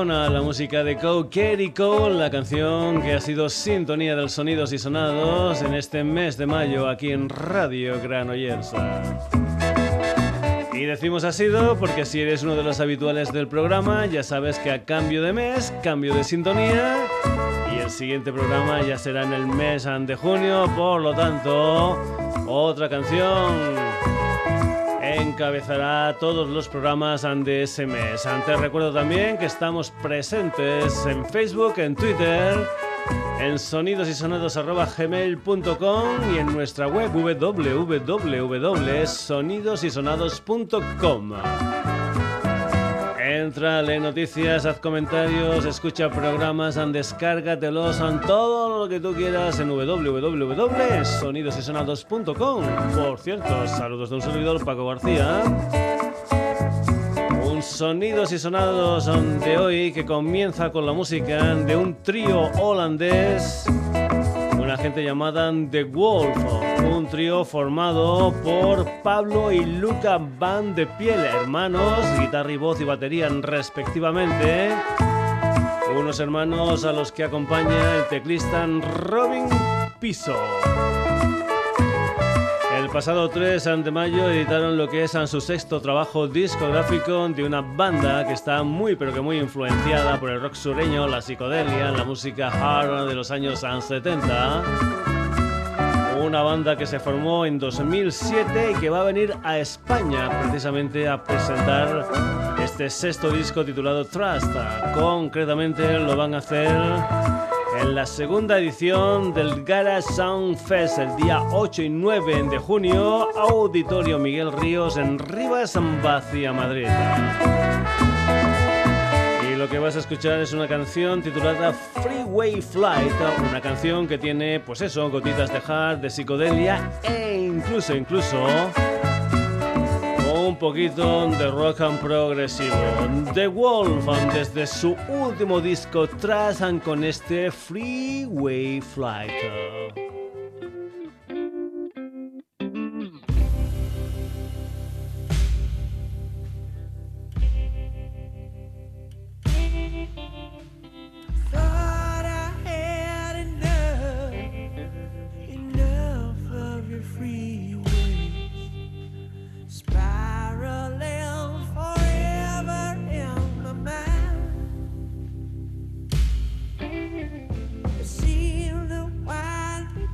Daytona, la música de Coquerico, la canción que ha sido sintonía del Sonidos y Sonados en este mes de mayo aquí en Radio Granollers. Y decimos ha sido porque si eres uno de los habituales del programa, ya sabes que a cambio de mes, cambio de sintonía, y el siguiente programa ya será en el mes de junio, por lo tanto, otra canción encabezará todos los programas de ese mes. Antes recuerdo también que estamos presentes en Facebook, en Twitter, en sonidosysonados@gmail.com y en nuestra web www.sonidosysonados.com. Entra, lee noticias, haz comentarios, escucha programas, descárgatelos, todo lo que tú quieras en www.sonidosysonados.com. Por cierto, saludos de un servidor, Paco García. Un Sonidos y Sonados de hoy que comienza con la música de un trío holandés, una gente llamada The Wolf, un trío formado por Pablo y Luca Van de Piel, hermanos, guitarra y voz y batería respectivamente, unos hermanos a los que acompaña el teclista Robin Piso. El pasado 3 de mayo editaron lo que es su sexto trabajo discográfico de una banda que está muy pero que muy influenciada por el rock sureño, la psicodelia, la música hard de los años 70. Una banda que se formó en 2007 y que va a venir a España precisamente a presentar este sexto disco titulado Trust. Concretamente lo van a hacer en la segunda edición del Garage Sound Fest el día 8 y 9 de junio, Auditorio Miguel Ríos en Rivas, Vacia, Madrid. Y lo que vas a escuchar es una canción titulada Freeway Flight, una canción que tiene, pues eso, gotitas de hard, de psicodelia e incluso un poquito de rock and progresivo. The Wolf, desde su último disco, trazan con este Freeway Flight. See the wild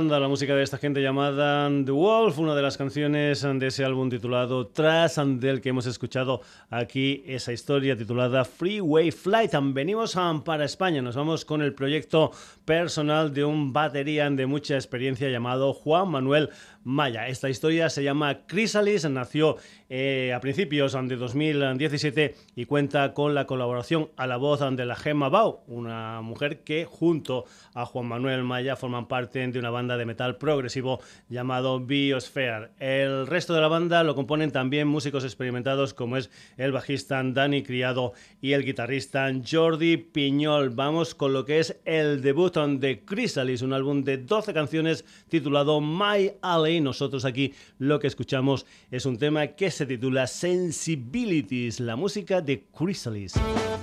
banda, la música de esta gente llamada The Wolf, una de las canciones de ese álbum titulado Trash, del que hemos escuchado aquí esa historia titulada Freeway Flight. Venimos para España, nos vamos con el proyecto personal de un batería de mucha experiencia llamado Juan Manuel Maya. Esta historia se llama Chrysalis, nació a principios de 2017 y cuenta con la colaboración a la voz de la Gemma Bau, una mujer que junto a Juan Manuel Maya forman parte de una banda de metal progresivo llamado Biosphere. El resto de la banda lo componen también músicos experimentados como es el bajista Dani Criado y el guitarrista Jordi Piñol. Vamos con lo que es el debut de Chrysalis, un álbum de 12 canciones titulado My Alley. Nosotros aquí lo que escuchamos es un tema que se titula Sensibilities, la música de Chrysalis.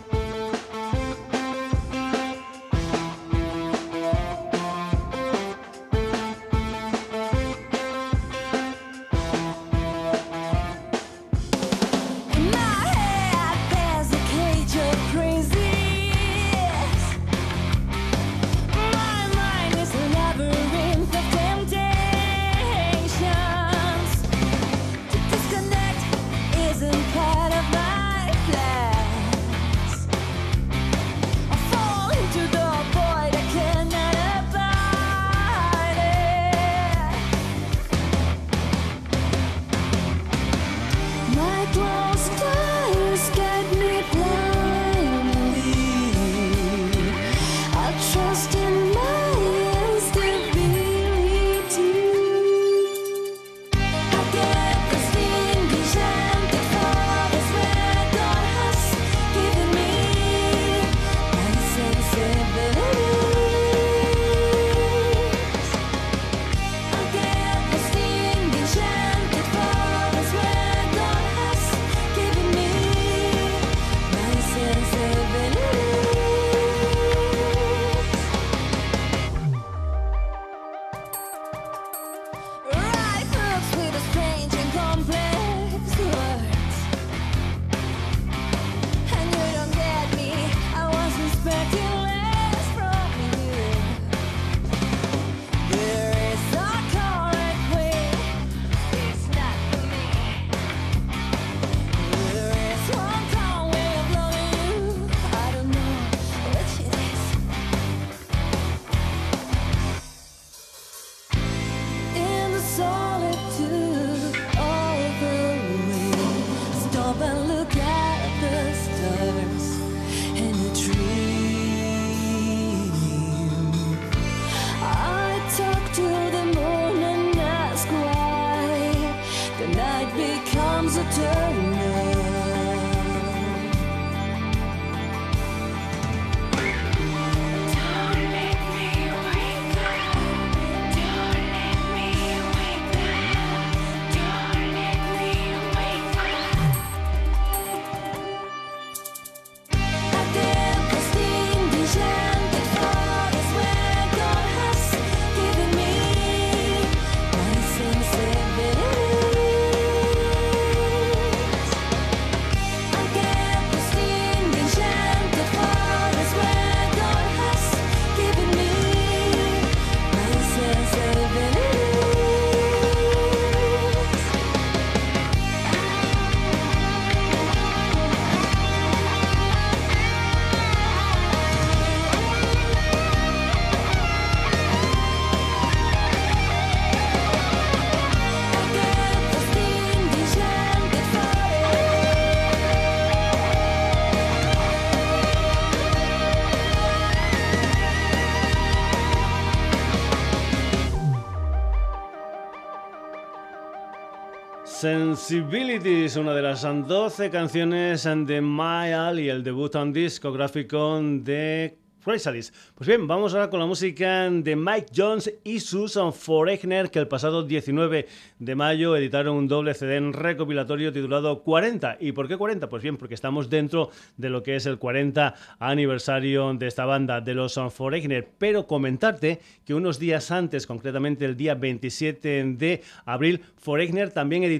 Sensibilities, una de las 12 canciones de My Alley, el debut discográfico de Chrysalis. Pues bien, vamos ahora con la música de Mike Jones y Susan Foreigner, que el pasado 19 de mayo editaron un doble CD recopilatorio titulado 40. ¿Y por qué 40? Pues bien, porque estamos dentro de lo que es el 40 aniversario de esta banda, de los Foreigner. Pero comentarte que unos días antes, concretamente el día 27 de abril, Foreigner también editó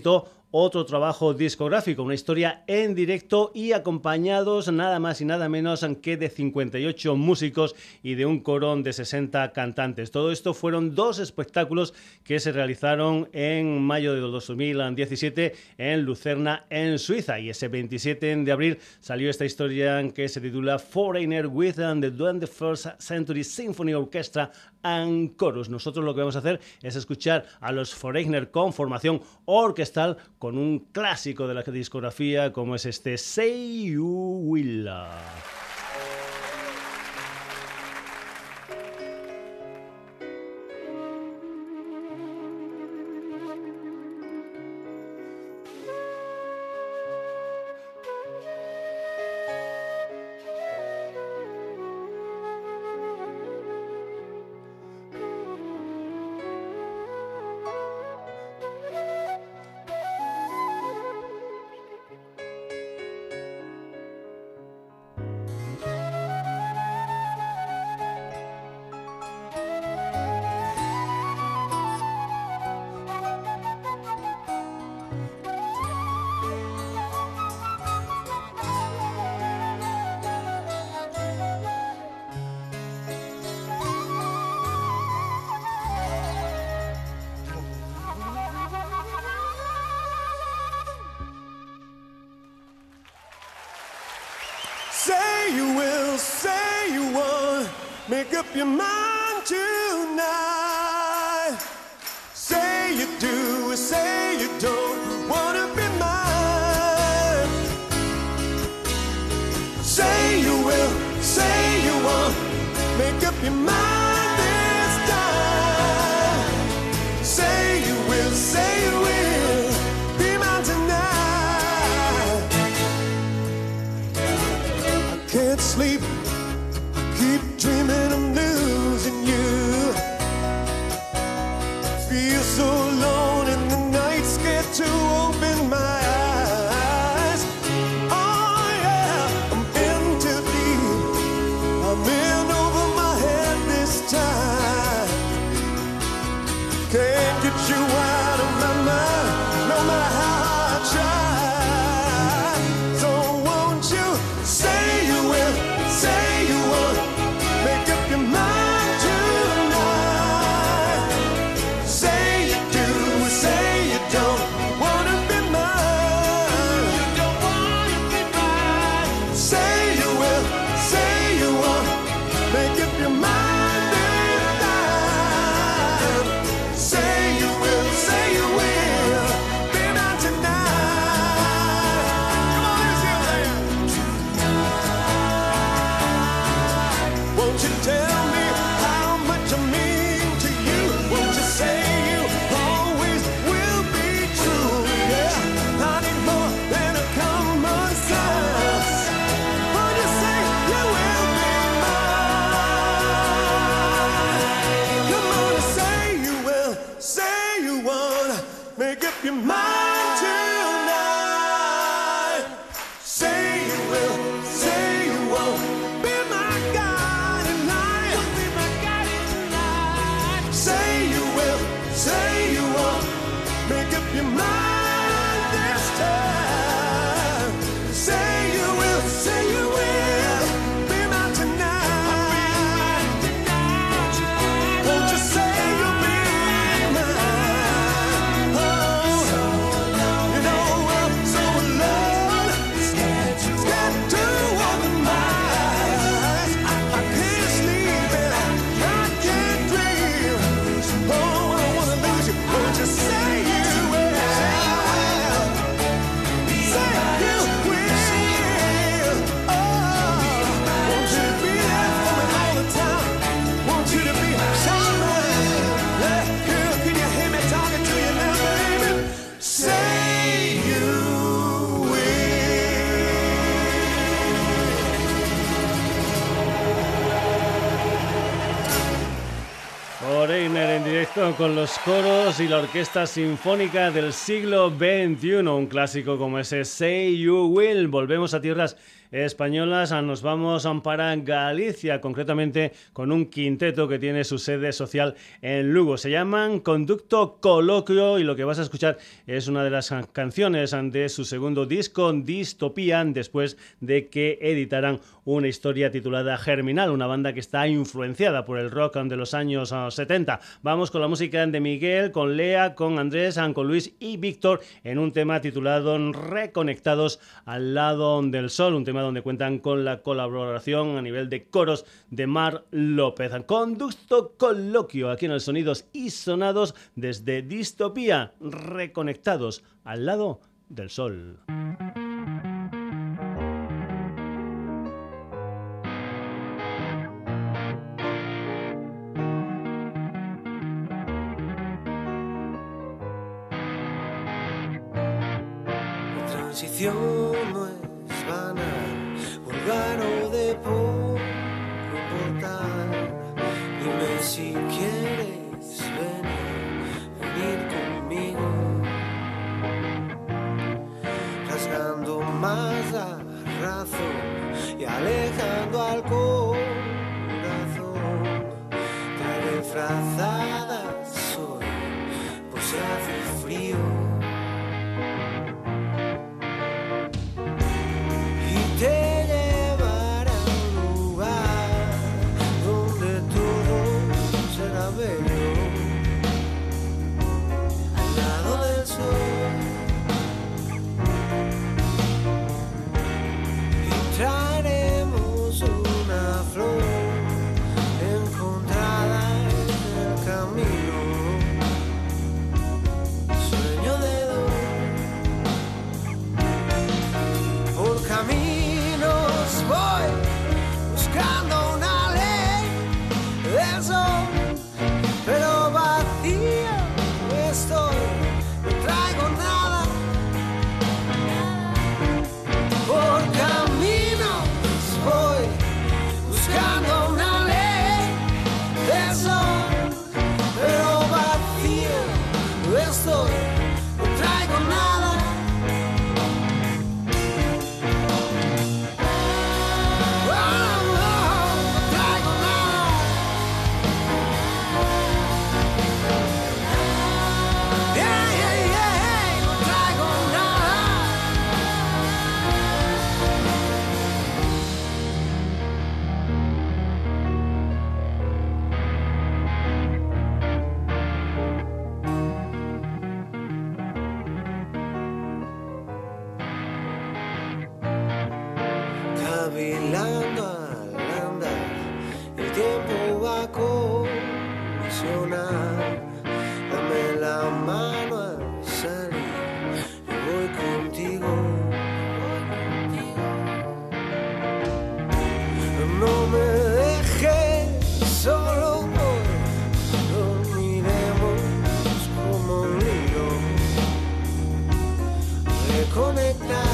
otro trabajo discográfico, una historia en directo y acompañados nada más y nada menos que de 58 músicos y de un coro de 60 cantantes. Todo esto fueron 2 espectáculos que se realizaron en mayo de 2017 en Lucerna, en Suiza, y ese 27 de abril salió esta historia que se titula Foreigner with the 21st Century Symphony Orchestra and Chorus. Nosotros lo que vamos a hacer es escuchar a los Foreigner con formación orquestal con un clásico de la discografía como es este Say You Will. Say you will, say you won't, make up your mind tonight. Say you do, say you don't wanna be mine. Say you will, say you won't, make up your mind this time. Say you will, say you will, be mine tonight. I can't sleep, keep dreaming I'm losing you. Feel so alone and the nights get to open my eyes. Oh yeah, I'm in too deep, I'm in over my head this time. Can't get you out of my mind, no matter how I try. So won't you say you will, say you won't, make up your mind tonight. Say you do, say you don't wanna be mine. You don't wanna be mine. Say you will, say you won't, make up your mind this time. Say you will, say you will, be mine tonight. Come on, let's hear that. Won't you tell me how much I mean to you? Won't you say you always will be true? Yeah, I need more than a common sense. Won't you say you will be mine? Come on and say you will, say you won't, make up your mind tonight. Say you will, say you won't, be my guiding light. Be my guiding light. Say you will, say you won't, make up your mind this time. Say you will, say you will, be mine tonight. Won't you say you'll be mine? Oh, you know I'm so alone, scared to open my eyes. I can't sleep and I can't dream. Oh, I wanna lose you. Won't you say you will? Say you will. Oh, want you to be there for me all the time. Want you to be somewhere. Hey, girl, can you hear me talking to you now, baby? Say you will. Foreigner en directo con los coros y la orquesta sinfónica del siglo XXI, un clásico como ese Say You Will. Volvemos a tierras españolas, nos vamos para Galicia, concretamente con un quinteto que tiene su sede social en Lugo. Se llaman Conducto Coloquio y lo que vas a escuchar es una de las canciones de su segundo disco, Distopía, después de que editaran una historia titulada Germinal, una banda que está influenciada por el rock de los años 70. Vamos con la música de Miguel, con Lea, con Andrés, con Luis y Víctor en un tema titulado Reconectados al lado del sol, un tema donde cuentan con la colaboración a nivel de coros de Mar López. Conducto Coloquio aquí en el Sonidos y Sonados desde Distopía, Reconectados al lado del sol. No es vana, vulgar o de poco portal. Dime si quieres venir conmigo, rasgando más la razón y alejando al corazón. Traeré disfrazada soy, por si hace frío. Te llevaré a un lugar donde todo será bello, al lado del sol, y traeremos una flor encontrada en el camino, sueño de dos, por camino. Voy buscando una ley del sol, pero vacío estoy, no traigo nada. Por caminos voy buscando una ley del sol, pero vacío estoy, no traigo nada. Cavilando al andar, el tiempo va a colisionar. Dame la mano al salir, yo voy contigo. No me dejes solo hoy, dormiremos como un hilo, reconectados.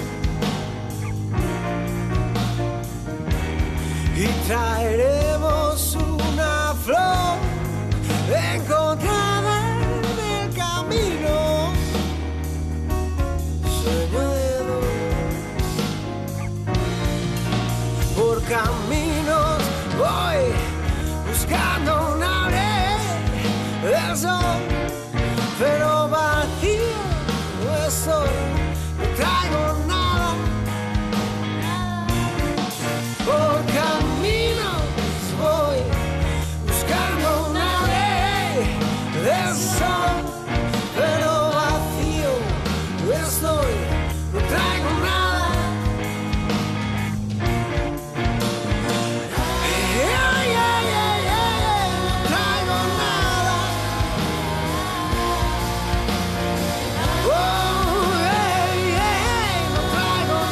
Y traeremos una flor encontrada en el camino, sueño de dos. Por caminos voy buscando una ley del sol, pero vacío estoy, no traigo nada. Por caminos voy buscando una ley del sol, pero vacío estoy, no traigo nada. No traigo nada. Oh, no traigo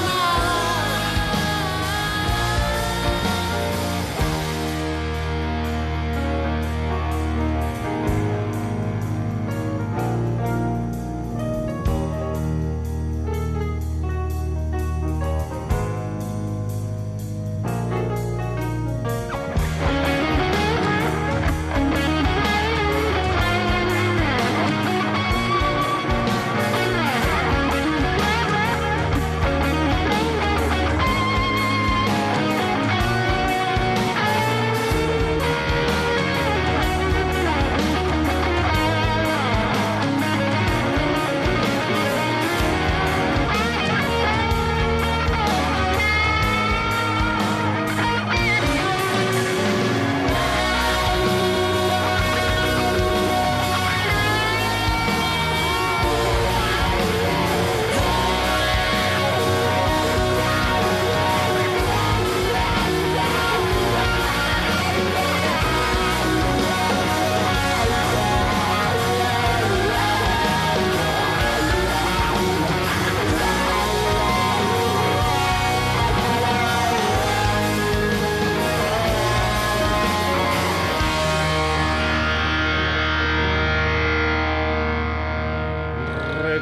nada.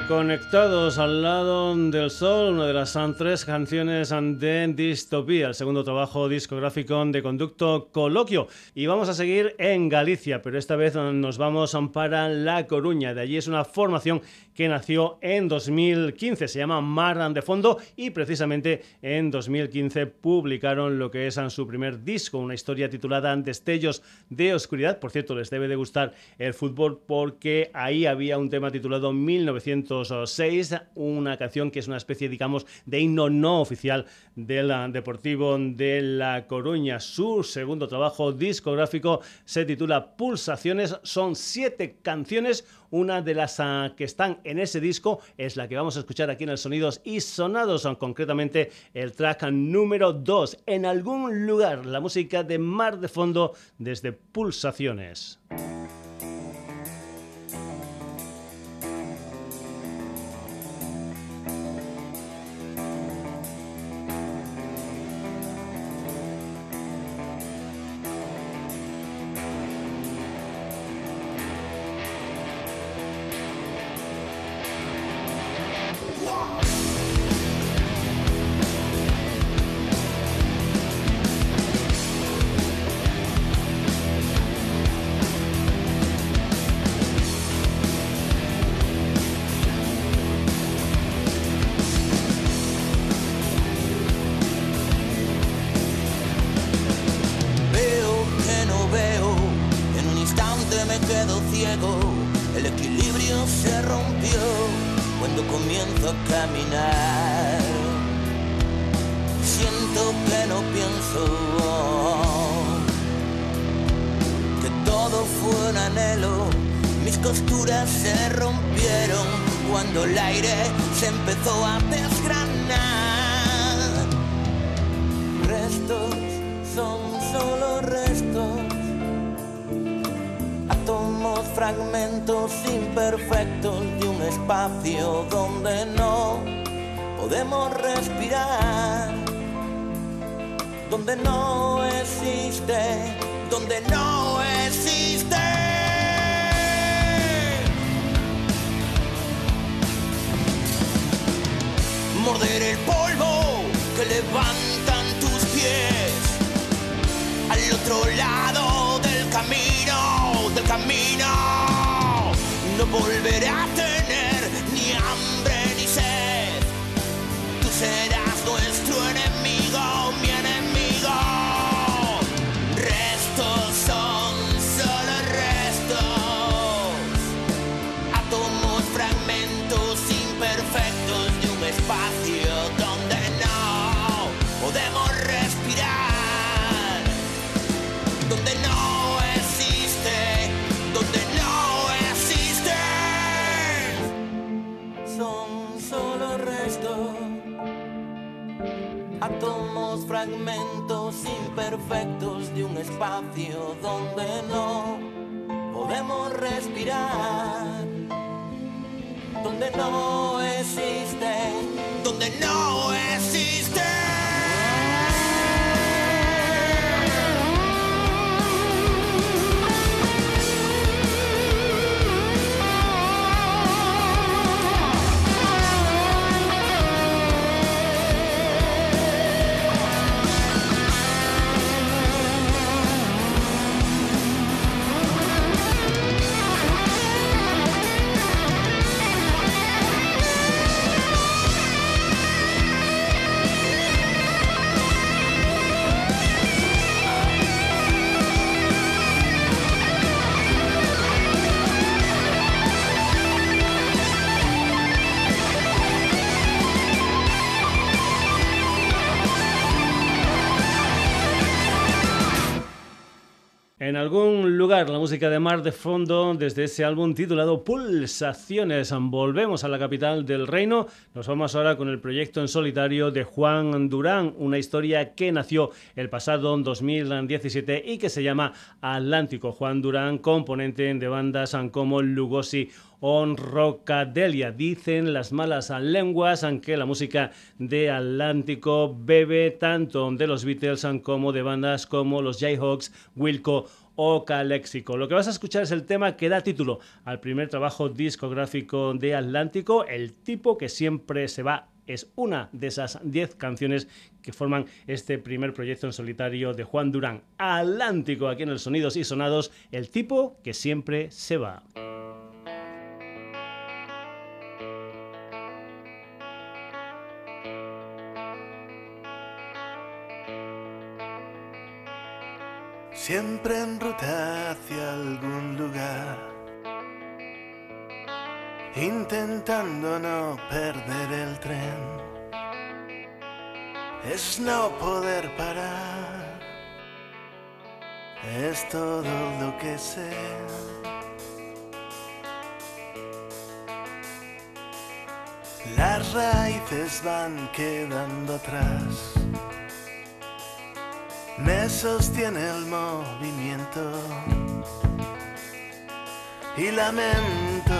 Conectados al lado del sol, una de las tres canciones de Distopía, el segundo trabajo discográfico de Conducto Coloquio. Y vamos a seguir en Galicia, pero esta vez nos vamos para La Coruña. De allí es una formación que nació en 2015, se llama Mar de Fondo, y precisamente en 2015 publicaron lo que es su primer disco, una historia titulada Destellos de Oscuridad. Por cierto, les debe de gustar el fútbol porque ahí había un tema titulado 1906, una canción que es una especie, digamos, de himno no oficial del Deportivo de La Coruña. Su segundo trabajo discográfico se titula Pulsaciones, son 7 canciones. Una de las que están en ese disco es la que vamos a escuchar aquí en el Sonidos y Sonados, concretamente el track número 2. En algún lugar, la música de Mar de Fondo desde Pulsaciones. Fragmentos imperfectos de un espacio donde no podemos respirar, donde no existe, donde no existe. Morder el polvo que levantan tus pies al otro lado del camino, del camino. No volveré a tener ni hambre ni sed. Tú serás nuestro enemigo, mi enemigo. Restos son solo restos, átomos, fragmentos imperfectos de un espacio donde no podemos respirar, donde no existe, donde no existe. Son solo restos, átomos, fragmentos imperfectos de un espacio donde no podemos respirar, donde no existe, donde no existe. En algún lugar, la música de Mar de Fondo desde ese álbum titulado Pulsaciones. Volvemos a la capital del reino. Nos vamos ahora con el proyecto en solitario de Juan Durán, una historia que nació el pasado 2017 y que se llama Atlántico. Juan Durán, componente de bandas como Lugosi o Rockadelia. Dicen las malas lenguas que la música de Atlántico bebe tanto de los Beatles como de bandas como los Jayhawks, Wilco Ocaléxico. Lo que vas a escuchar es el tema que da título al primer trabajo discográfico de Atlántico, El tipo que siempre se va. Es una de esas 10 canciones que forman este primer proyecto en solitario de Juan Durán. Atlántico, aquí en el Sonidos y Sonados, El tipo que siempre se va. Siempre en ruta hacia algún lugar, intentando no perder el tren. Es no poder parar, es todo lo que sé. Las raíces van quedando atrás, me sostiene el movimiento y lamento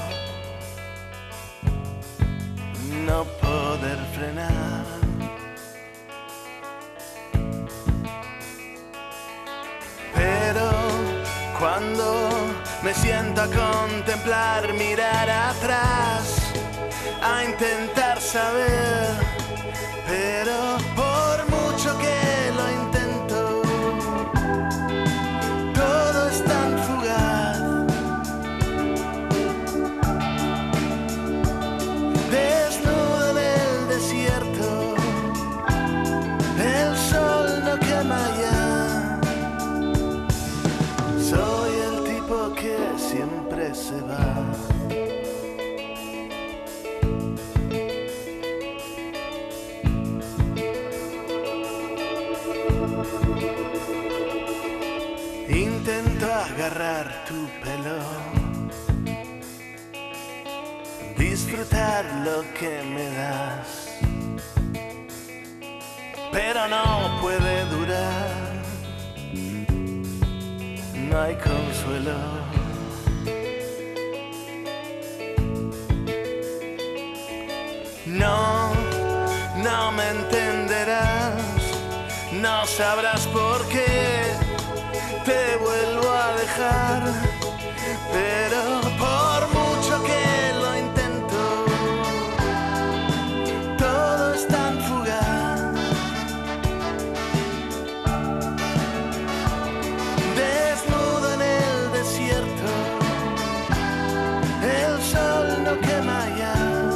no poder frenar. Pero cuando me siento a contemplar, mirar atrás, a intentar saber, pero por mucho que lo intento, todo es tan fugaz. Desnudo en el desierto, el sol no quema ya. Soy el tipo que siempre se va. Intento agarrar tu pelo, disfrutar lo que me das, pero no puede durar, no hay consuelo. No me entenderás, no sabrás por qué te vuelvo a dejar, pero por mucho que lo intento, todo es tan fugaz. Desnudo en el desierto, el sol no quema ya.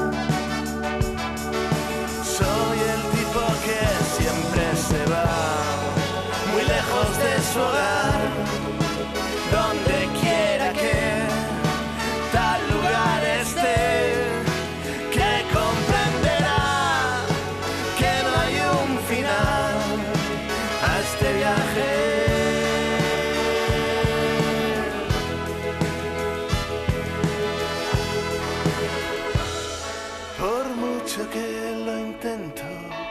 Soy el tipo que siempre se va, muy lejos de su hogar, donde quiera que tal lugar esté, que comprenderá que no hay un final a este viaje. Por mucho que lo intento,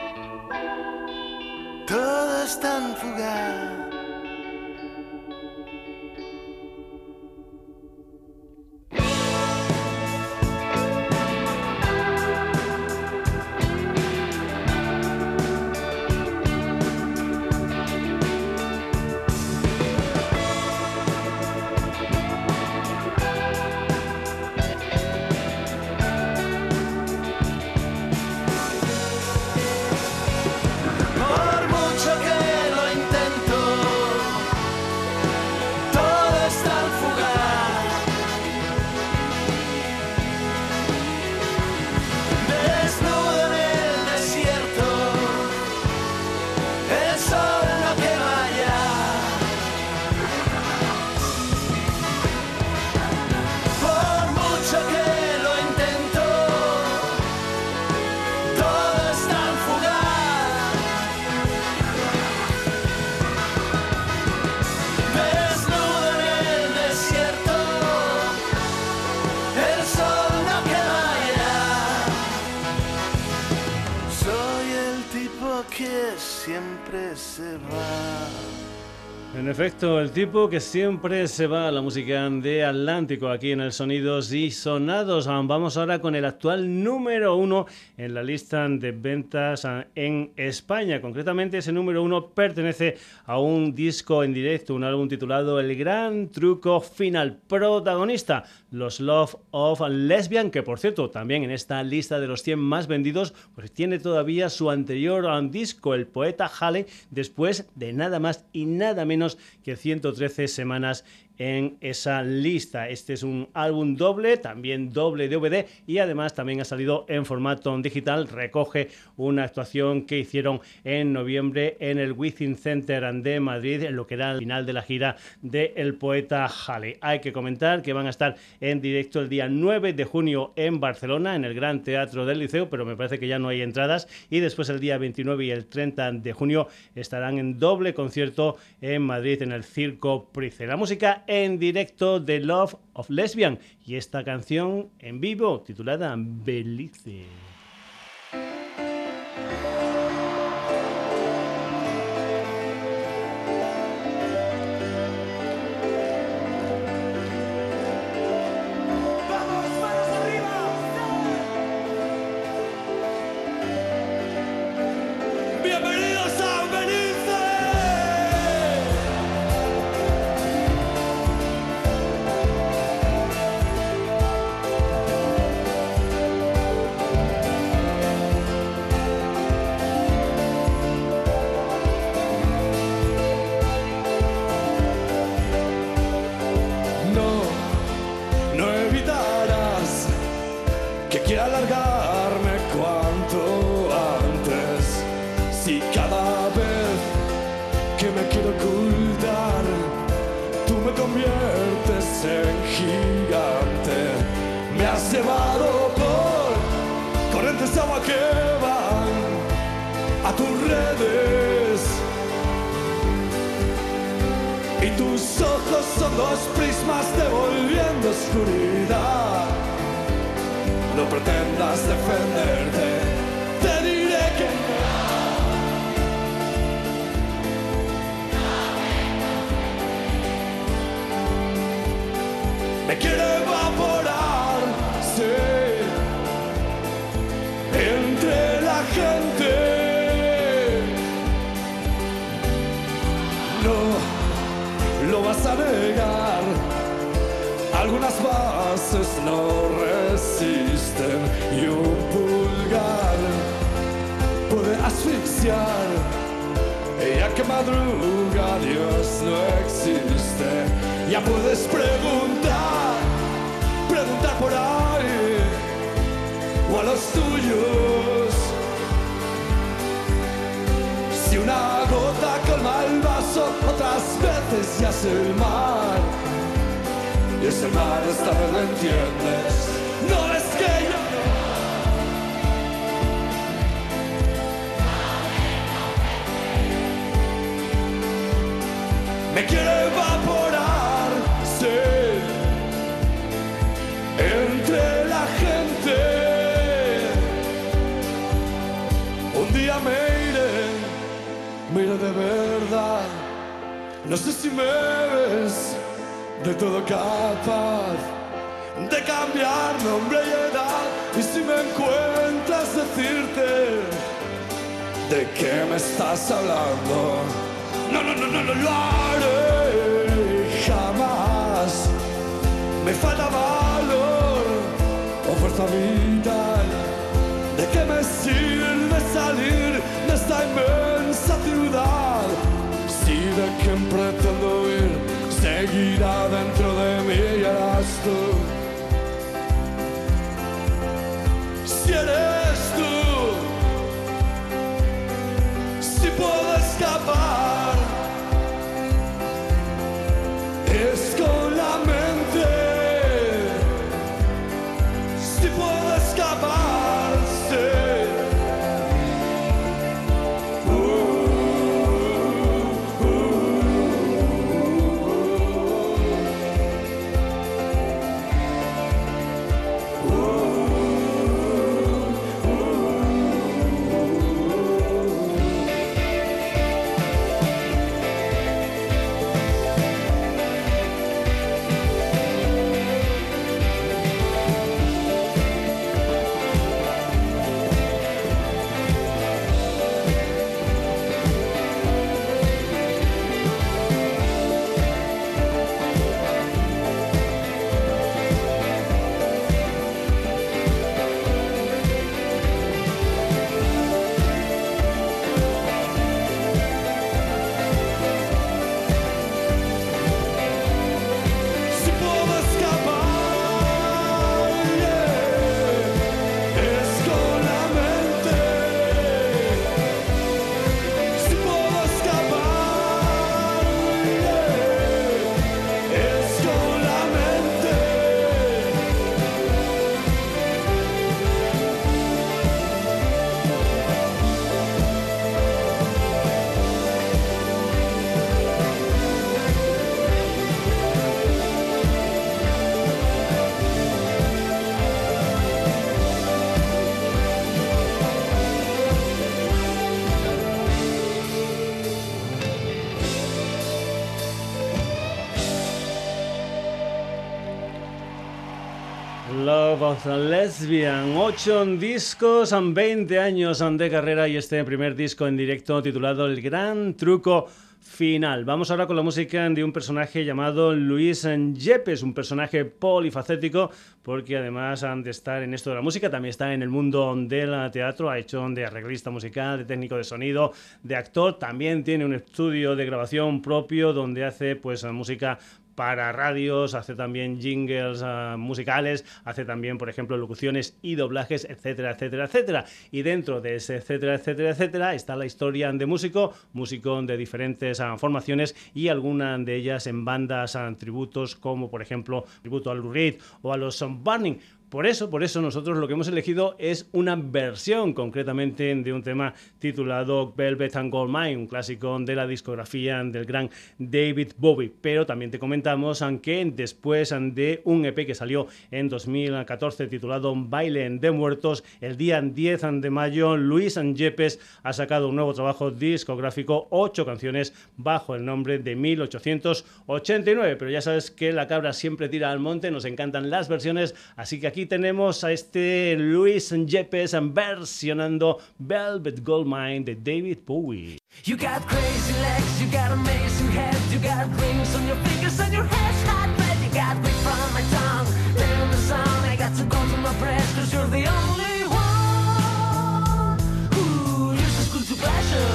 todo es tan fugaz. Siempre se va. En efecto, el tipo que siempre se va a la música de Atlántico aquí en el Sonidos y Sonados. Vamos ahora con el actual número 1 en la lista de ventas en España. Concretamente, ese número 1 pertenece a un disco en directo, un álbum titulado El Gran Truco Final. Protagonista, los Love of Lesbian, que por cierto, también en esta lista de los 100 más vendidos, pues tiene todavía su anterior disco, El Poeta Halley, después de nada más y nada menos que 113 semanas en esa lista. Este es un álbum doble, también doble DVD, y además también ha salido en formato digital. Recoge una actuación que hicieron en noviembre en el Within Center de Madrid, en lo que era el final de la gira de El Poeta Halley. Hay que comentar que van a estar en directo el día 9 de junio en Barcelona, en el Gran Teatro del Liceo, pero me parece que ya no hay entradas, y después el día 29 y el 30 de junio estarán en doble concierto en Madrid, en el Circo Price. La música en directo de Love of Lesbian y esta canción en vivo titulada Belice. No sé si me ves de todo capaz de cambiar nombre y edad, y si me encuentras decirte de qué me estás hablando. No lo haré jamás. Me falta valor o fuerza vital. ¿De qué me sirve salir de esta inmensa ciudad? Si de quien pretendo ir seguirá dentro de mí y eras tú. Si eres tú, si puedo escapar, es con la mente. Si puedo escapar, sí. Love of a Lesbian. 8 discos, 20 años de carrera y este primer disco en directo titulado El Gran Truco Final. Vamos ahora con la música de un personaje llamado Luis Yepes, un personaje polifacético porque además de estar en esto de la música, también está en el mundo del teatro, ha hecho de arreglista musical, de técnico de sonido, de actor, también tiene un estudio de grabación propio donde hace pues música para radios, hace también jingles musicales, hace también, por ejemplo, locuciones y doblajes, etcétera, etcétera, etcétera. Y dentro de ese etcétera, etcétera, etcétera, está la historia de músico de diferentes formaciones y algunas de ellas en bandas tributos, como por ejemplo tributo a Lou Reed o a los Burning. Por eso nosotros lo que hemos elegido es una versión concretamente de un tema titulado Velvet and Gold Mine, un clásico de la discografía del gran David Bowie. Pero también te comentamos que después de un EP que salió en 2014 titulado Baile de Muertos, el día 10 de mayo Luis Yepes ha sacado un nuevo trabajo discográfico, 8 canciones bajo el nombre de 1889. Pero ya sabes que la cabra siempre tira al monte, nos encantan las versiones, así que aquí tenemos a este Luis Yepes versionando Velvet Goldmine de David Bowie. You got crazy legs, you got amazing head, you got rings on your fingers and your hair's hot red. You got weed from my tongue, lay on the sun, I got to go to my breast, cause you're the only one who uses good to pleasure.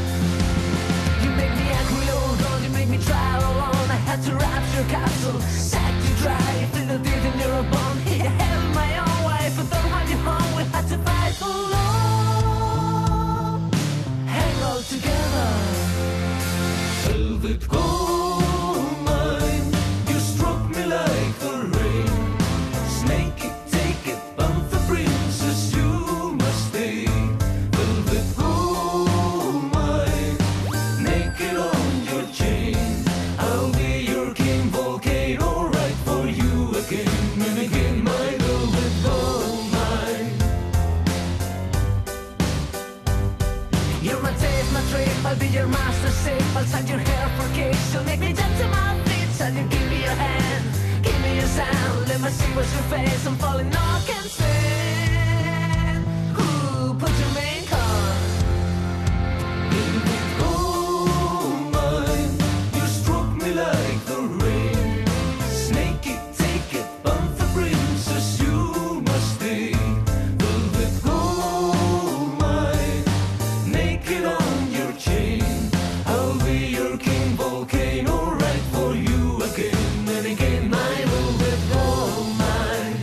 You make me angry, oh God, you make me try all alone. I had to wrap your castle, sack you dry, feel the teeth in your bone. You held my own wife, I don't have you home, we had to fight for love. Hang all together. Velvet gold mine, you struck me like the rain. Snake it, take it, panther princess, you must stay. Velvet gold mine, naked on your chain. I'll be your king, volcano, right for you again and again, my velvet gold mine. You're my taste, my trip, I'll be your master safe. I'll side your hair for kicks, you'll make me dance to my feet. So you give me your hand, give me your sound. Let me see what's your face, I'm falling, no I can't stand. Who put your main card? Velvet gold mine, you struck me like the rain. Snake it, take it, panther princess, you must stay. Velvet gold mine, naked on your chain. I'll be your king, volcano, right for you again and again, my velvet gold mine.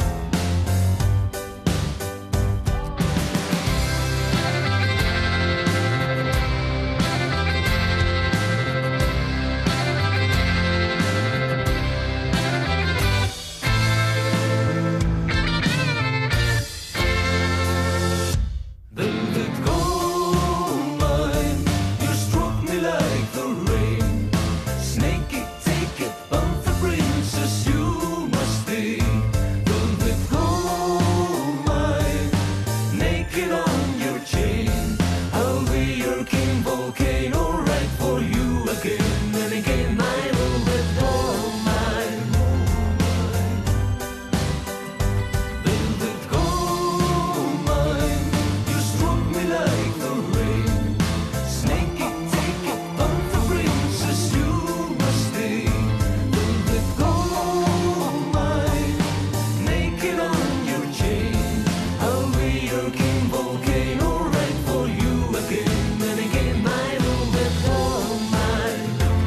Velvet gold mine, you struck me like the rain. Snake it, take it, panther princess, you must stay. Velvet gold mine, naked on your chain. I'll be your king, volcano, right for you again and again, my velvet gold mine. Velvet gold mine, you struck me like the rain. Snake it, take it, panther princess, you must stay. Velvet gold mine, naked on your chain. I'll be your king, volcano, right for you again and again, my velvet gold mine.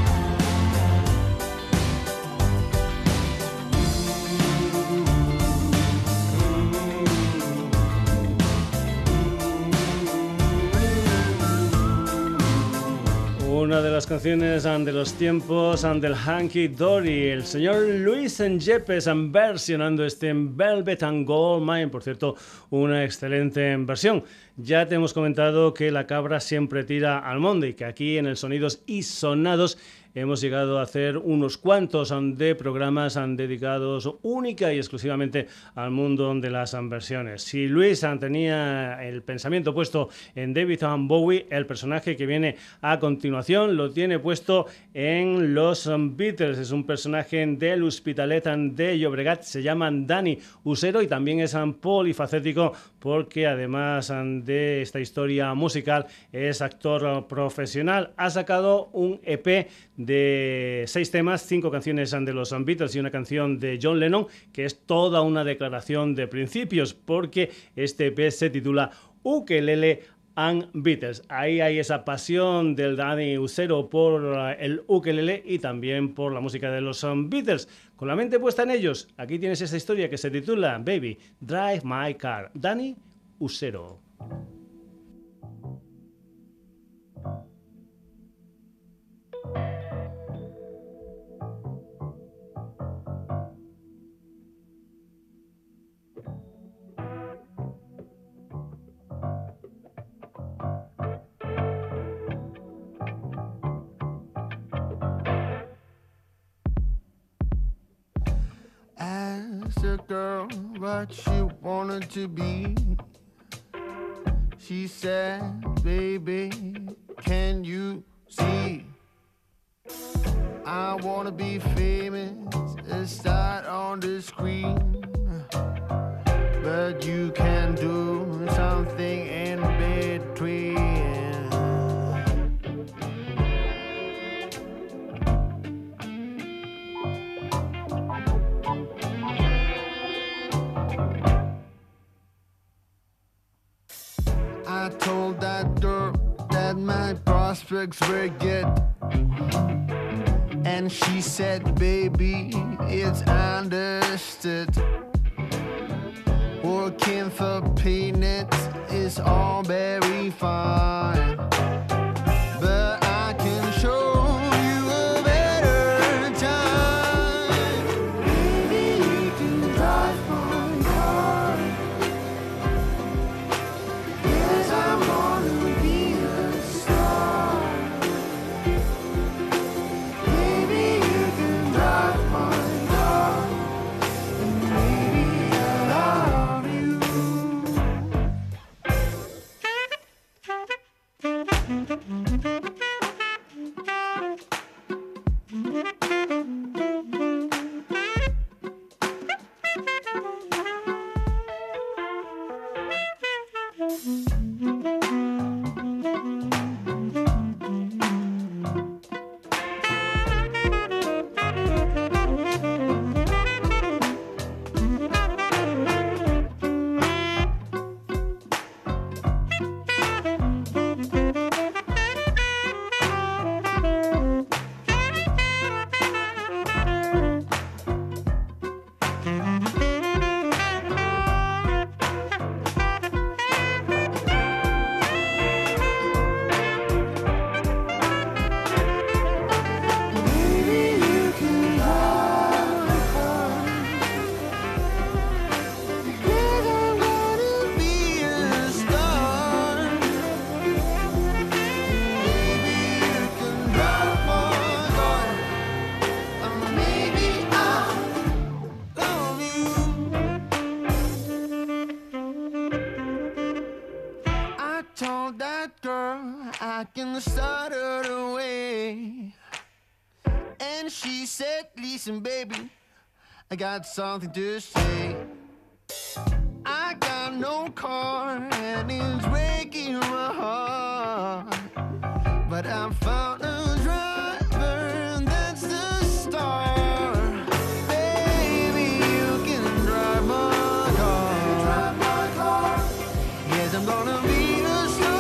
Una de las canciones de los tiempos del Hanky Dory, el señor Luis Yepes versionando este Velvet and Gold Mine, por cierto, una excelente versión. Ya te hemos comentado que la cabra siempre tira al monte y que aquí en el Sonidos y Sonados hemos llegado a hacer unos cuantos de programas dedicados única y exclusivamente al mundo de las versiones. Si Luis tenía el pensamiento puesto en David Bowie, el personaje que viene a continuación lo lo tiene puesto en los Beatles. Es un personaje del Hospitalet de Llobregat, se llama Dani Usero y también es polifacético porque además de esta historia musical es actor profesional. Ha sacado un EP de 6 temas, 5 canciones de los Beatles y una canción de John Lennon, que es toda una declaración de principios, porque este EP se titula Ukelele and Beatles. Ahí hay esa pasión del Dani Usero por el ukelele y también por la música de los Beatles. Con la mente puesta en ellos, aquí tienes esa historia que se titula Baby, Drive My Car. Dani Usero. Asked a girl what she wanted to be. She said, baby, can you see? I wanna be famous, a star on the screen. But you can do something in between. I told that girl that my prospects were good. And she said, baby, it's understood. Working for peanuts is all very fine. But I can show you a better time. Baby, you can drive my car. Yes, I wanna be a star. Baby, you can drive my car. And maybe I love you. I can start her away. And she said, listen, baby, I got something to say. I got no car and it's breaking my heart. But I found a driver, that's the star. Baby, you can drive my car. Yes, I'm gonna be a star.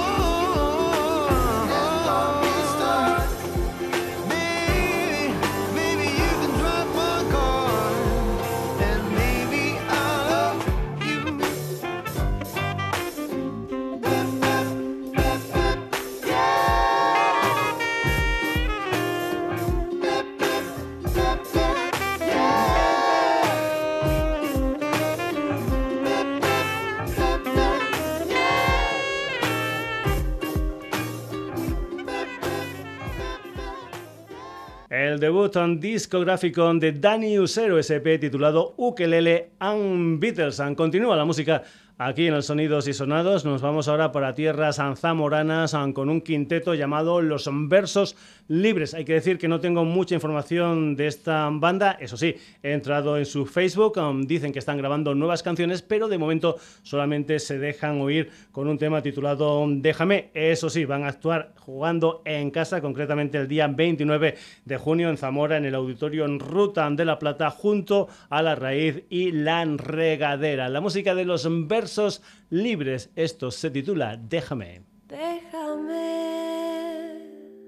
Baby, you can drive my car. And maybe I'll love you. El debut discográfico de Dani Usero, SP titulado Ukelele and Beatles. Continúa la música Aquí en el Sonidos y Sonados nos vamos ahora para tierras zamoranas con un quinteto llamado Los Versos Libres. Hay que decir que no tengo mucha información de esta banda, eso sí, he entrado en su Facebook, dicen que están grabando nuevas canciones, pero de momento solamente se dejan oír con un tema titulado Déjame. Eso sí, van a actuar jugando en casa, concretamente el día 29 de junio en Zamora, en el Auditorio en Ruta de la Plata, junto a La Raíz y La Regadera. La música de Los Versos Libres, esto se titula Déjame. Déjame,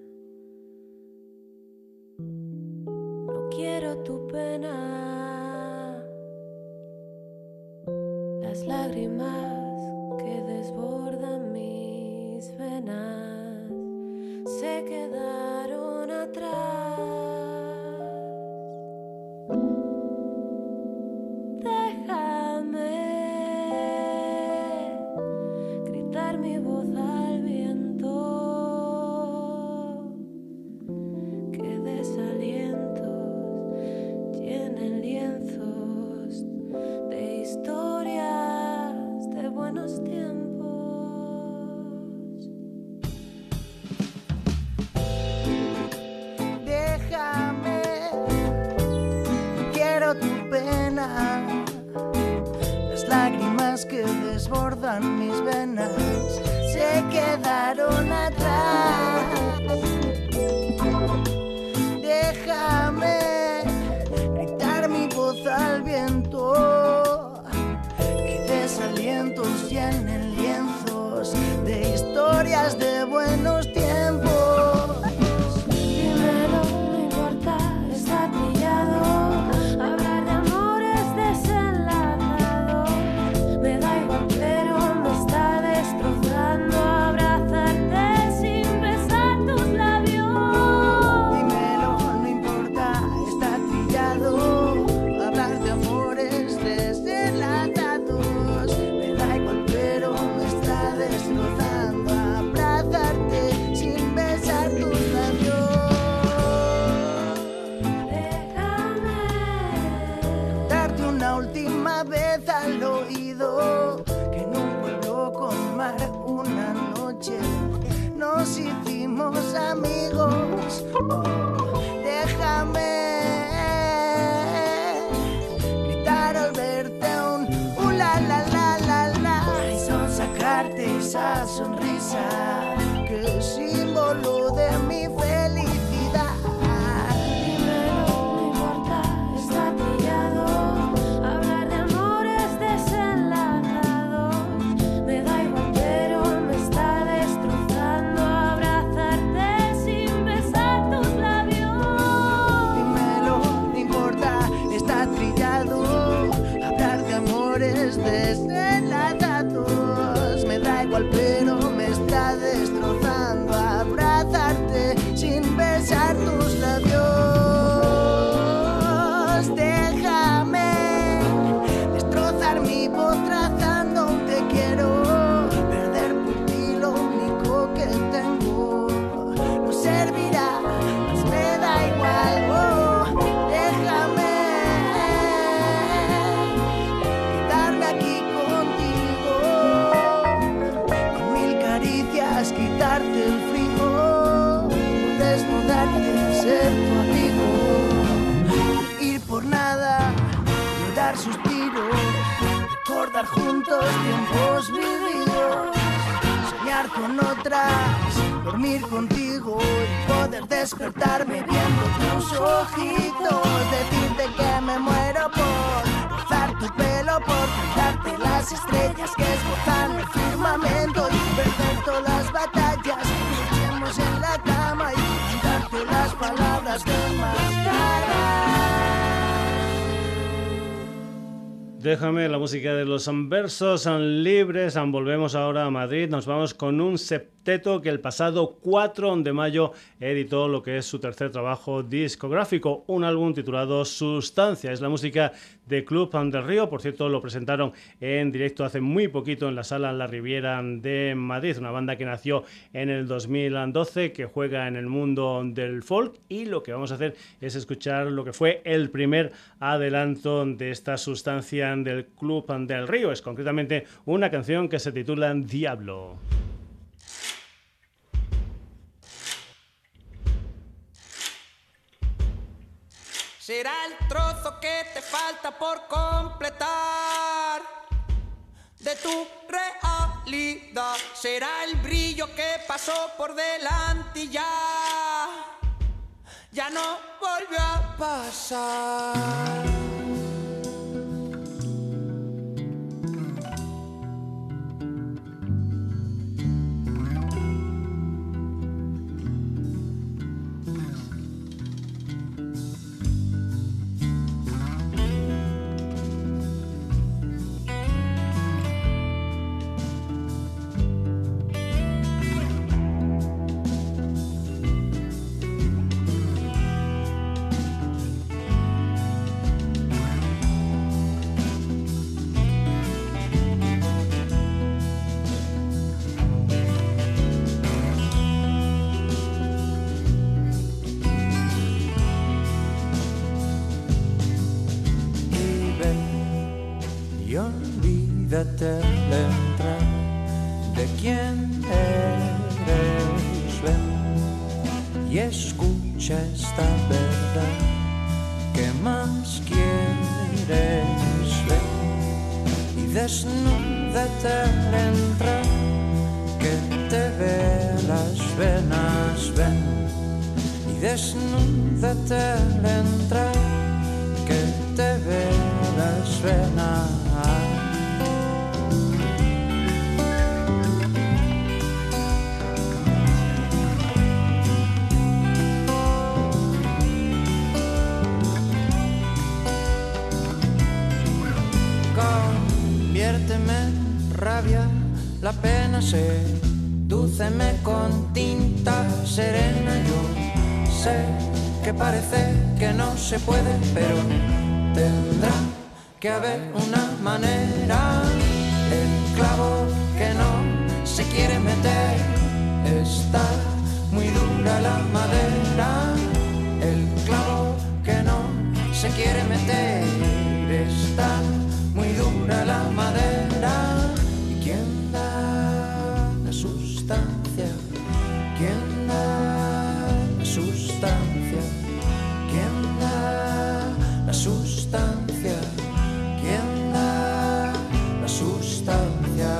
no quiero tu pena, las lágrimas que desbordan mis venas se quedaron atrás. Déjame gritar mi voz al viento, que desalientos llenen lienzos de historias de buenos tiempos. Déjame, quiero tu pena, las lágrimas que desbordan mis venas se quedaron atrás. Déjame gritar mi voz al viento, que desalientos llenen lienzos de historias de buenos tiempos. Dímelo, no importa, está trillado. Hablar de amores desenlazados me da igual, pero me está destrozando. Abrazarte sin besar tus labios. Dímelo, no importa, está trillado. Hablar de amores desenlazados me da igual, pero me está destrozando. Abrazarte sin besar tus labios. Déjame Darte una última vez al oído, que en un pueblo con mar una noche nos hicimos amigos. Déjame gritar al verte un la la la la la, y son sacarte esa sonrisa que es símbolo de mi felicidad. Dímelo, no importa, está trillado. Hablar de amores desenlazados me da igual, pero me está destrozando. Abrazarte sin besar tus labios. Dímelo, no importa, está trillado. Hablar de amores desenlazados me da igual, pero me está destrozando. Abrazarte sin besar tus labios. Déjame destrozar mi voz trazando un te quiero. Perder por ti lo único que tengo no servirá, pues me da igual. Oh, déjame quedarme aquí contigo, con mil caricias, quitarte el frío, desnudarte, ser tu amigo, ir por nada, llorar suspiros, recordar juntos tiempos vividos, soñar con otras, dormir contigo y poder despertarme viendo tus ojitos, decirte que me muero por rozar tu pelo, por cantarte las estrellas que esbozan el firmamento y perder todas las batallas que luchemos en la cama y cantarte las palabras que más Déjame, la música de Los Versos Libres. Volvemos ahora a Madrid, nos vamos con un septeto cuarteto que el pasado 4 de mayo editó lo que es su tercer trabajo discográfico, un álbum titulado Sustancia. Es la música de Club del Río. Por cierto, lo presentaron en directo hace muy poquito en la Sala La Riviera de Madrid, una banda que nació en el 2012, que juega en el mundo del folk, y lo que vamos a hacer es escuchar lo que fue el primer adelanto de esta Sustancia del Club del Río. Es concretamente una canción que se titula Diablo. Será el trozo que te falta por completar de tu realidad. Será el brillo que pasó por delante y ya no volvió a pasar. Olvídate al entrar de quién eres, ven y escucha esta verdad. ¿Qué más quieres, ven? Y desnúdate al entrar, que te vea las venas, ven. Y desnúdate al entrar, que te vea las venas. Conviérteme en rabia, la pena sedúceme con tinta serena. Yo sé que parece que no se puede, pero tendrá que haber una manera. El clavo que no se quiere meter, está muy dura la madera. El clavo que no se quiere meter, está muy dura la madera. ¿Y quién da la sustancia? ¿Quién da la sustancia? ¿Quién da la sustancia? ¿Quién da la sustancia?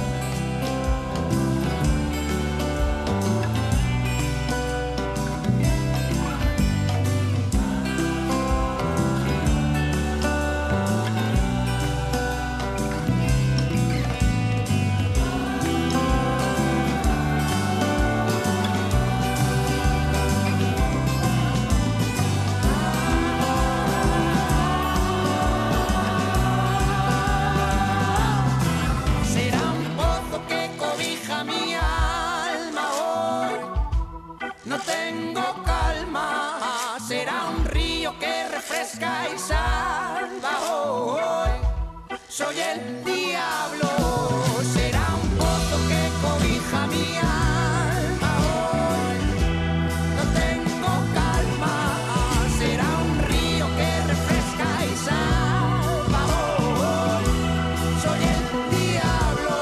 Y salva hoy. Soy el diablo. Será un pozo que cobija mi alma hoy. No tengo calma. Será un río que refresca y salva hoy. Soy el diablo.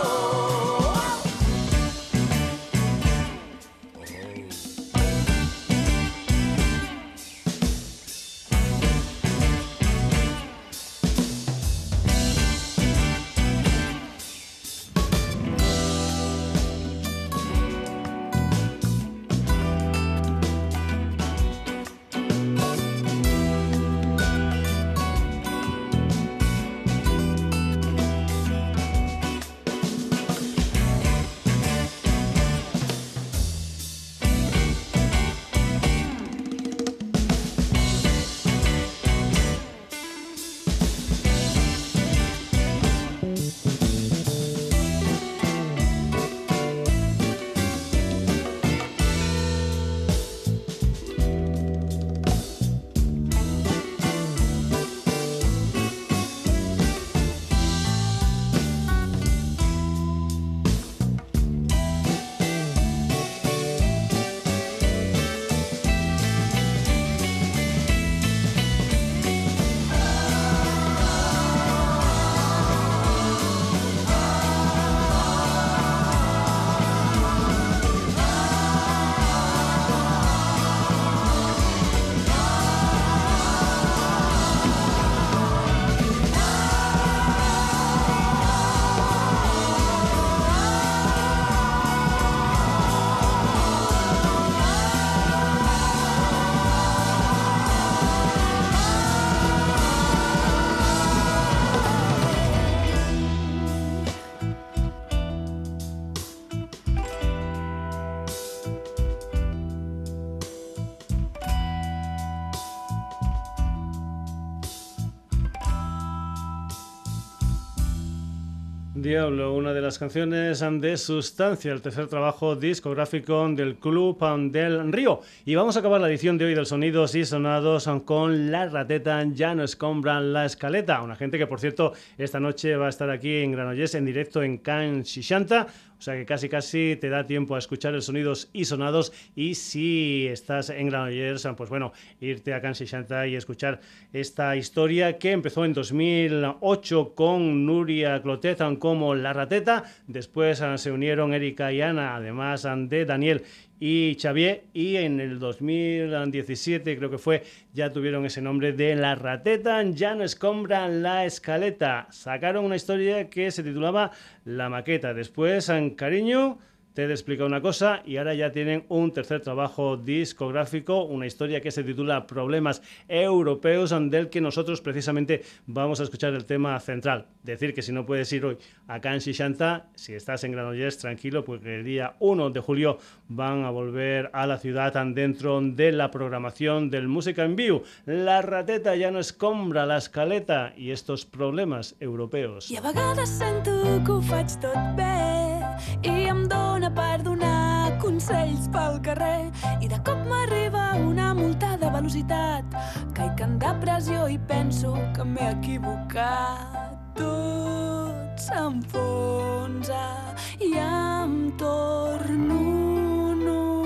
Diablo, una de las canciones de Sustancia, el tercer trabajo discográfico del Club del Río. Y vamos a acabar la edición de hoy del Sonidos y Sonados con La Rateta, Ya no escombran la escaleta. Una gente que, por cierto, esta noche va a estar aquí en Granollers en directo en Can Xixanta. O sea que casi te da tiempo a escuchar el Sonidos y Sonados. Y si estás en Granollers, pues bueno, irte a Can Xixanta y escuchar esta historia que empezó en 2008 con Nuria Clotet como La Rateta. Después se unieron Erika y Ana, además de Daniel y Xavier, y en el 2017 creo que fue, ya tuvieron ese nombre de La Rateta, Ya no escombran la escaleta. Sacaron una historia que se titulaba La Maqueta. Después, Cariño, te he explicado una cosa, y ahora ya tienen un tercer trabajo discográfico, una historia que se titula Problemas Europeos, del que nosotros precisamente vamos a escuchar el tema central. Decir que si no puedes ir hoy a Can Xixanta, si estás en Granollers, tranquilo, porque el día 1 de julio van a volver a la ciudad dentro de la programación del Música en Viu. La Rateta, Ja no escombra la escaleta, i estos problemes europeus. I a vegades sento que ho faig tot bé i em dóna per donar consells pel carrer, i de cop m'arriba una multa de velocitat, caic en depressió i penso que m'he equivocat. Tot s'enfonsa i em torno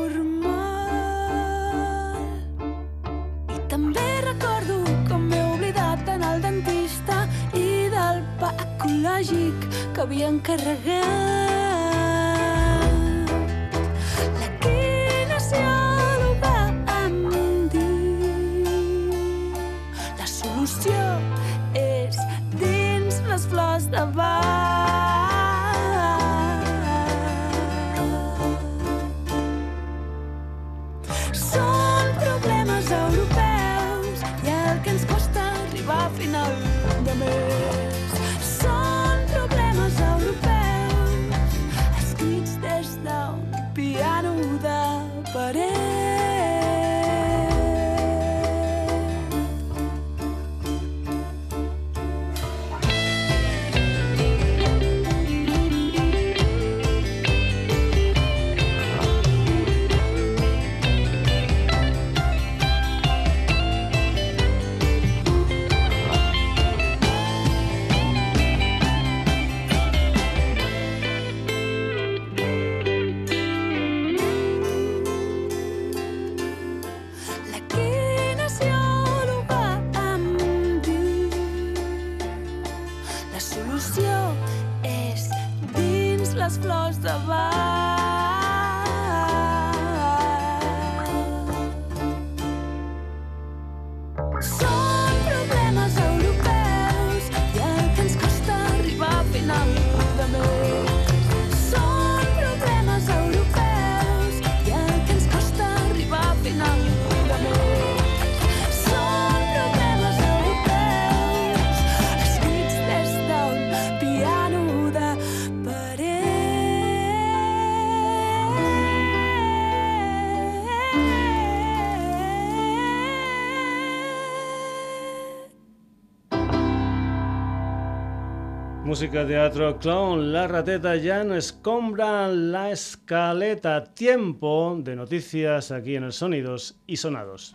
normal. I també recordo que m'he oblidat d'anar al dentista i del pa ecològic que havia encarregat. La kinesiòloga em diu la solució és dins les flors de Bach. Són problemes europeus i el que ens costa arribar a final de mes. Són problemes europeus escrits des d'un piano de paret. La kinesiòloga em diu la solució és dins les flors de Bach. Són problemes europeus i el que ens costa arribar a final de mes. Són problemes europeus i el que ens costa arribar a final de mes. Són problemes europeus escrits des d'un piano de Música, teatro, clown, La Rateta, Ya no escombra la escaleta. Tiempo de noticias aquí en el Sonidos y Sonados.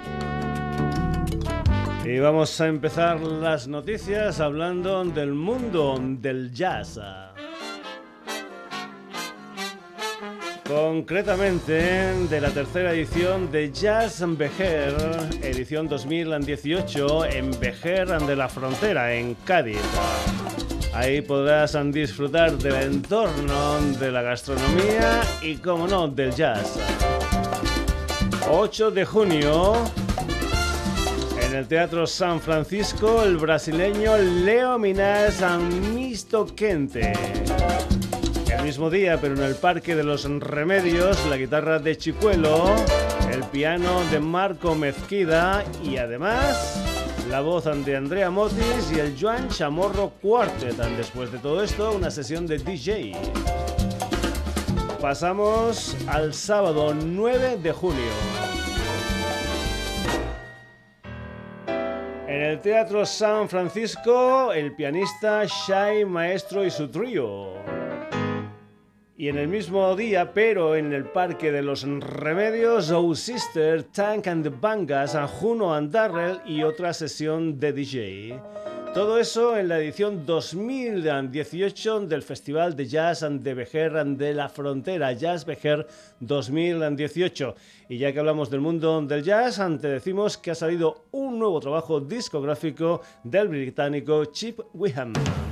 Y vamos a empezar las noticias hablando del mundo del jazz. Concretamente de la tercera edición de Jazz en Vejer, edición 2018 en Vejer de la Frontera, en Cádiz. Ahí podrás disfrutar del entorno, de la gastronomía y, como no, del jazz. 8 de junio, en el Teatro San Francisco, el brasileño Leo Minás Misto Quente. El mismo día, pero en el Parque de los Remedios, la guitarra de Chicuelo, el piano de Marco Mezquida y además la voz de Andrea Motis y el Joan Chamorro Quartet. Después de todo esto, una sesión de DJ. Pasamos al sábado 9 de junio. En el Teatro San Francisco, el pianista Shai Maestro y su trío. Y en el mismo día, pero en el Parque de los Remedios, Oh Sister, Tank and the Bangas, Juno and Darrell y otra sesión de DJ. Todo eso en la edición 2018 del Festival de Jazz de Vejer de la Frontera, Jazz Vejer 2018. Y ya que hablamos del mundo del jazz, te decimos que ha salido un nuevo trabajo discográfico del británico Chip Wiham.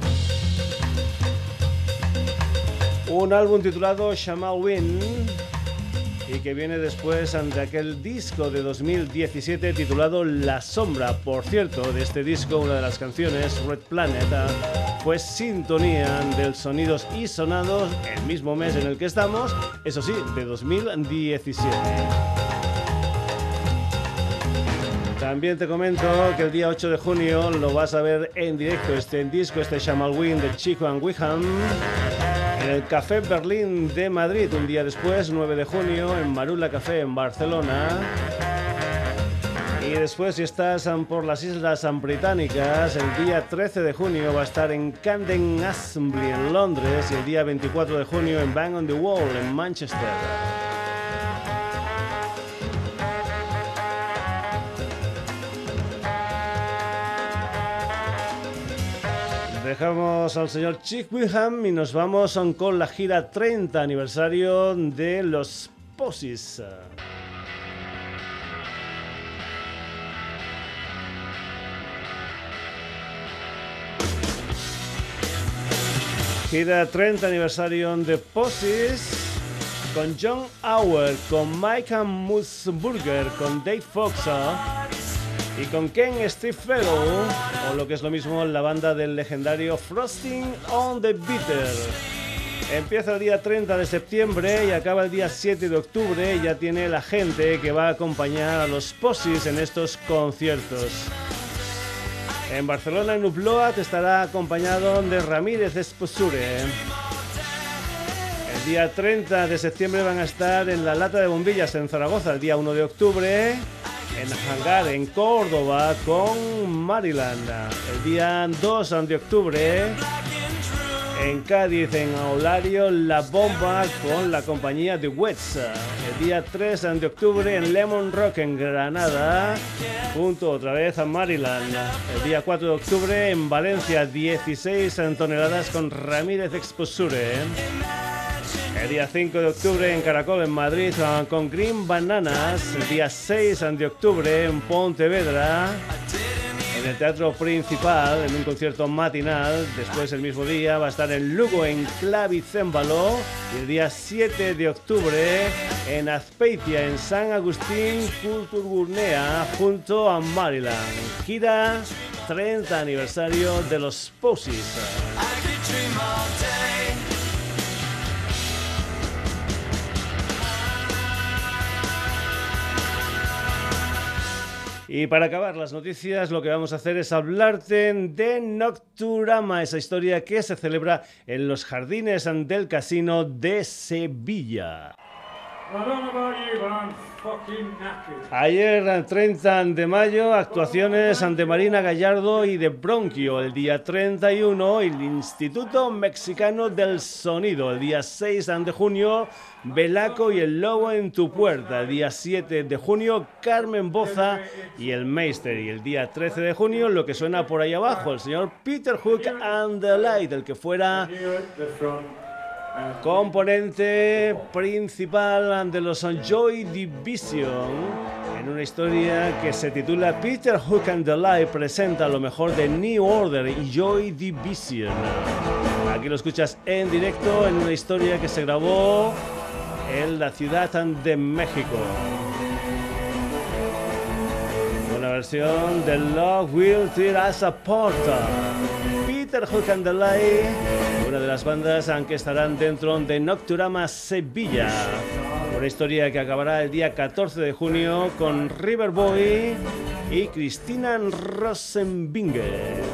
Un álbum titulado Shamal Win y que viene después de aquel disco de 2017 titulado La Sombra. Por cierto, de este disco una de las canciones, Red Planet, fue sintonía del Sonidos y Sonados el mismo mes en el que estamos, eso sí, de 2017. También te comento que el día 8 de junio lo vas a ver en directo, este disco, este Shamal Win de Chico and Wiham, en el Café Berlín de Madrid. Un día después, 9 de junio, en Marula Café en Barcelona. Y después, si estás por las Islas Británicas, el día 13 de junio va a estar en Camden Assembly en Londres y el día 24 de junio en Bang on the Wall en Manchester. Dejamos al señor Chick Wiham y nos vamos con la gira 30 aniversario de los Posies. Gira 30 aniversario de Posies con John Auer, con Mike Musburger, con Dave Fox y con Ken Stringfellow, o lo que es lo mismo, la banda del legendario Frosting on the Bitter. Empieza el día 30 de septiembre y acaba el día 7 de octubre. Ya tiene la gente que va a acompañar a los Posies en estos conciertos. En Barcelona, en Upload, estará acompañado de Ramírez Esposure. El día 30 de septiembre van a estar en la Lata de Bombillas en Zaragoza. El día 1 de octubre en Hangar, en Córdoba, con Maryland. El día 2 de octubre en Cádiz, en Aulario, La Bomba, con la compañía The Wets. El día 3 de octubre en Lemon Rock, en Granada, junto otra vez a Maryland. El día 4 de octubre en Valencia, 16 toneladas con Ramírez Exposure. El día 5 de octubre en Caracol, en Madrid, con Green Bananas. El día 6 de octubre en Pontevedra, en el Teatro Principal, en un concierto matinal. Después, el mismo día, va a estar en Lugo, en Clavicémbalo. Y el día 7 de octubre en Azpeitia, en San Agustín, Culturgurnea, junto a Maryland. Gira 30 aniversario de los Posies. Y para acabar las noticias, lo que vamos a hacer es hablarte de Nocturama, esa historia que se celebra en los jardines del Casino de Sevilla. Ayer, 30 de mayo, actuaciones ante Marina Gallardo y de Bronquio. El día 31, el Instituto Mexicano del Sonido. El día 6 de junio, Belaco y el Lobo en tu puerta. El día 7 de junio, Carmen Boza y el Meister. Y el día 13 de junio, lo que suena por ahí abajo, el señor Peter Hook and the Light, el que fuera componente principal de los Joy Division, en una historia que se titula Peter Hook and the Light presenta lo mejor de New Order y Joy Division. Aquí lo escuchas en directo en una historia que se grabó en la Ciudad de México. Una versión de Love Will Tear Us Apart. Peter Hook and the Light, una de las bandas que estarán dentro de Nocturama Sevilla. Una historia que acabará el día 14 de junio con Riverboy y Cristina Rosenbinger.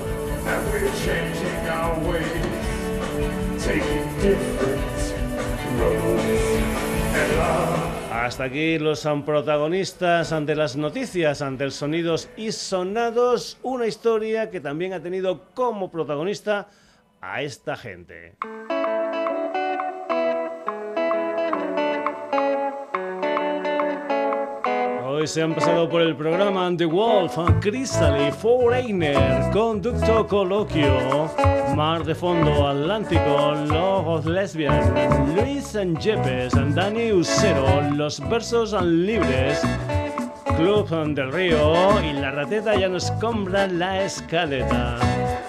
Hasta aquí los protagonistas ante las noticias, ante el Sonidos y Sonados, una historia que también ha tenido como protagonista a esta gente. Hoy se han pasado por el programa The Wolf, Crystal, Foreigner, Conducto Coloquio, Mar de Fondo, Atlántico, Los Lesbian, Luis Yepes, Dani Usero, Los Versos Libres, Club del Río y La Rateta ya nos compra la escaleta.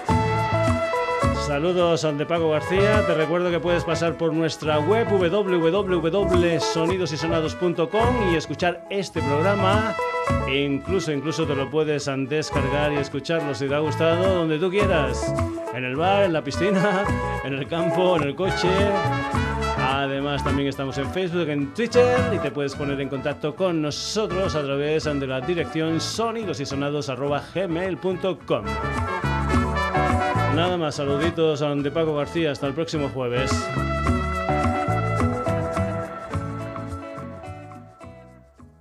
Saludos de Paco García, te recuerdo que puedes pasar por nuestra web www.sonidosysonados.com y escuchar este programa, e incluso te lo puedes descargar y escucharlo si te ha gustado donde tú quieras, en el bar, en la piscina, en el campo, en el coche. Además también estamos en Facebook, en Twitter y te puedes poner en contacto con nosotros a través de la dirección sonidosysonados@gmail.com. Nada más, saluditos de Paco García, hasta el próximo jueves.